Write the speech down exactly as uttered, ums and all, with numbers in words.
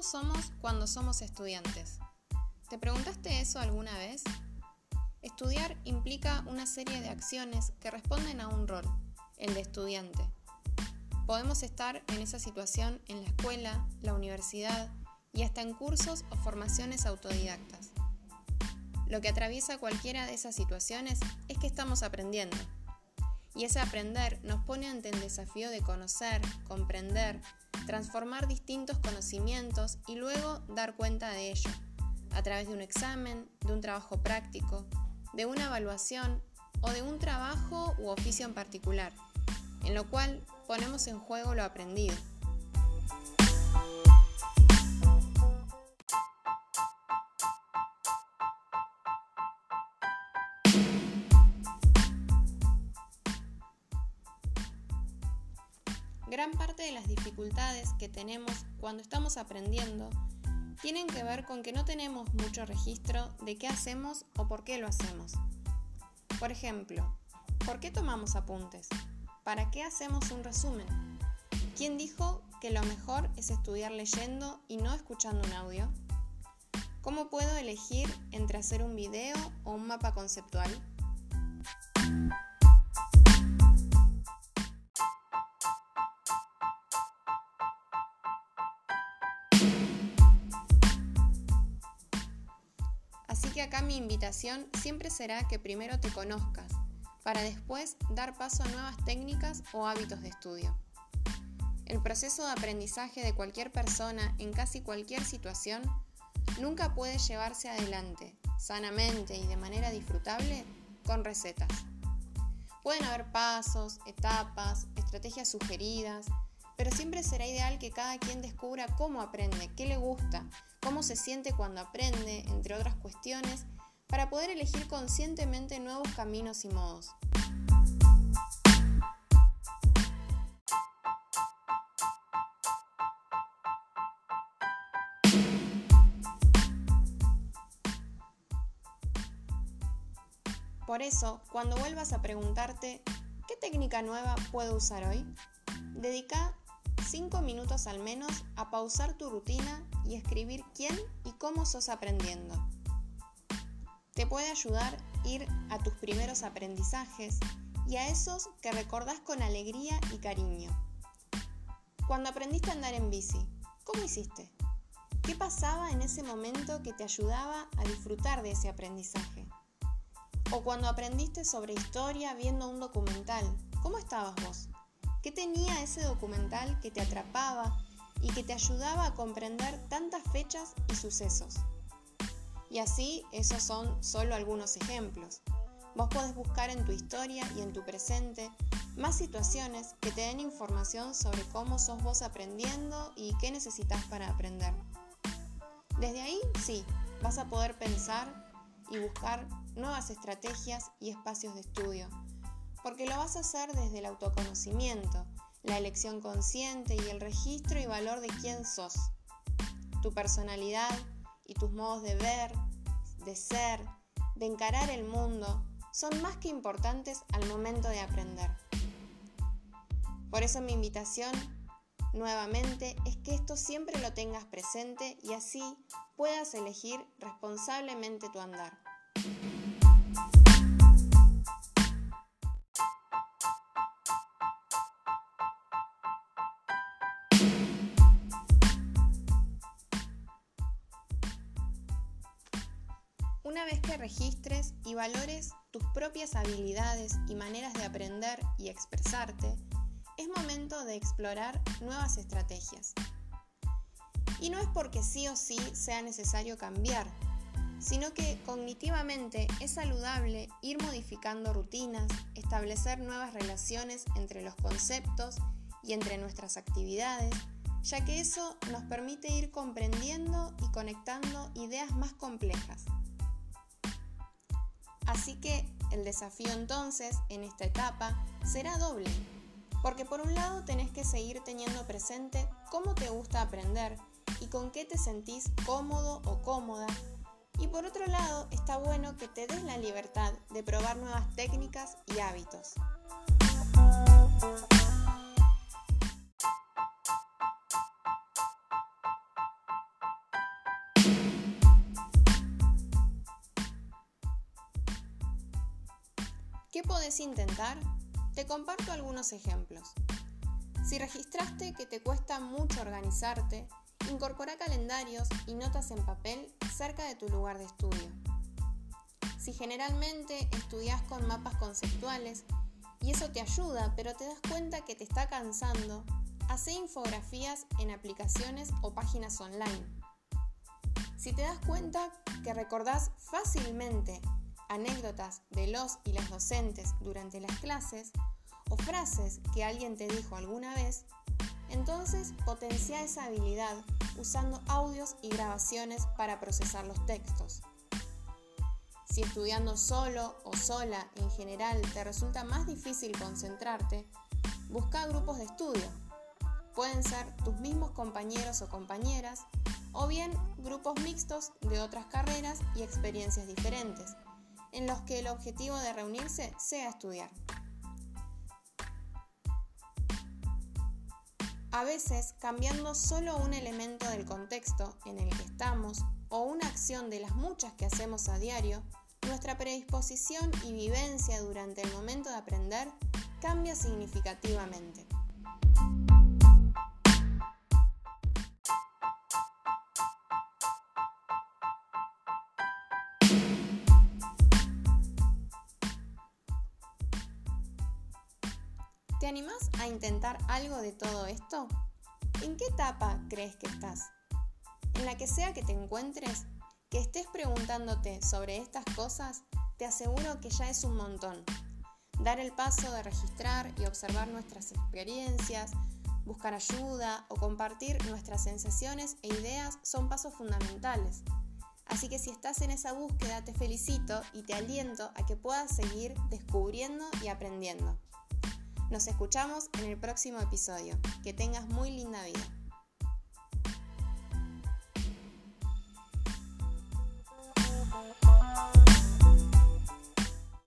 ¿Cómo somos cuando somos estudiantes? ¿Te preguntaste eso alguna vez? Estudiar implica una serie de acciones que responden a un rol, el de estudiante. Podemos estar en esa situación en la escuela, la universidad y hasta en cursos o formaciones autodidactas. Lo que atraviesa cualquiera de esas situaciones es que estamos aprendiendo. Y ese aprender nos pone ante el desafío de conocer, comprender, transformar distintos conocimientos y luego dar cuenta de ello, a través de un examen, de un trabajo práctico, de una evaluación o de un trabajo u oficio en particular, en lo cual ponemos en juego lo aprendido. Gran parte de las dificultades que tenemos cuando estamos aprendiendo tienen que ver con que no tenemos mucho registro de qué hacemos o por qué lo hacemos. Por ejemplo, ¿por qué tomamos apuntes? ¿Para qué hacemos un resumen? ¿Quién dijo que lo mejor es estudiar leyendo y no escuchando un audio? ¿Cómo puedo elegir entre hacer un video o un mapa conceptual? Así que acá mi invitación siempre será que primero te conozcas, para después dar paso a nuevas técnicas o hábitos de estudio. El proceso de aprendizaje de cualquier persona en casi cualquier situación nunca puede llevarse adelante, sanamente y de manera disfrutable, con recetas. Pueden haber pasos, etapas, estrategias sugeridas, pero siempre será ideal que cada quien descubra cómo aprende, qué le gusta, cómo se siente cuando aprende, entre otras cuestiones, para poder elegir conscientemente nuevos caminos y modos. Por eso, cuando vuelvas a preguntarte ¿qué técnica nueva puedo usar hoy?, dedica cinco minutos al menos a pausar tu rutina y escribir quién y cómo sos aprendiendo. Te puede ayudar ir a tus primeros aprendizajes y a esos que recordás con alegría y cariño. Cuando aprendiste a andar en bici, ¿cómo hiciste? ¿Qué pasaba en ese momento que te ayudaba a disfrutar de ese aprendizaje? O cuando aprendiste sobre historia viendo un documental, ¿cómo estabas vos? ¿Qué tenía ese documental que te atrapaba y que te ayudaba a comprender tantas fechas y sucesos? Y así, esos son solo algunos ejemplos. Vos podés buscar en tu historia y en tu presente más situaciones que te den información sobre cómo sos vos aprendiendo y qué necesitas para aprender. Desde ahí, sí, vas a poder pensar y buscar nuevas estrategias y espacios de estudio, porque lo vas a hacer desde el autoconocimiento, la elección consciente y el registro y valor de quién sos. Tu personalidad y tus modos de ver, de ser, de encarar el mundo, son más que importantes al momento de aprender. Por eso mi invitación, nuevamente, es que esto siempre lo tengas presente y así puedas elegir responsablemente tu andar. Una vez que registres y valores tus propias habilidades y maneras de aprender y expresarte, es momento de explorar nuevas estrategias. Y no es porque sí o sí sea necesario cambiar, sino que cognitivamente es saludable ir modificando rutinas, establecer nuevas relaciones entre los conceptos y entre nuestras actividades, ya que eso nos permite ir comprendiendo y conectando ideas más complejas. Así que el desafío entonces, en esta etapa, será doble, porque por un lado tenés que seguir teniendo presente cómo te gusta aprender y con qué te sentís cómodo o cómoda, y por otro lado está bueno que te des la libertad de probar nuevas técnicas y hábitos. ¿Qué podés intentar? Te comparto algunos ejemplos. Si registraste que te cuesta mucho organizarte, incorpora calendarios y notas en papel cerca de tu lugar de estudio. Si generalmente estudias con mapas conceptuales y eso te ayuda, pero te das cuenta que te está cansando, hacé infografías en aplicaciones o páginas online. Si te das cuenta que recordás fácilmente anécdotas de los y las docentes durante las clases o frases que alguien te dijo alguna vez, entonces potencia esa habilidad usando audios y grabaciones para procesar los textos. Si estudiando solo o sola en general te resulta más difícil concentrarte, busca grupos de estudio. Pueden ser tus mismos compañeros o compañeras, o bien grupos mixtos de otras carreras y experiencias diferentes, en los que el objetivo de reunirse sea estudiar. A veces, cambiando solo un elemento del contexto en el que estamos o una acción de las muchas que hacemos a diario, nuestra predisposición y vivencia durante el momento de aprender cambia significativamente. ¿Te animás a intentar algo de todo esto? ¿En qué etapa crees que estás? En la que sea que te encuentres, que estés preguntándote sobre estas cosas, te aseguro que ya es un montón. Dar el paso de registrar y observar nuestras experiencias, buscar ayuda o compartir nuestras sensaciones e ideas son pasos fundamentales. Así que si estás en esa búsqueda, te felicito y te aliento a que puedas seguir descubriendo y aprendiendo. Nos escuchamos en el próximo episodio. Que tengas muy linda vida.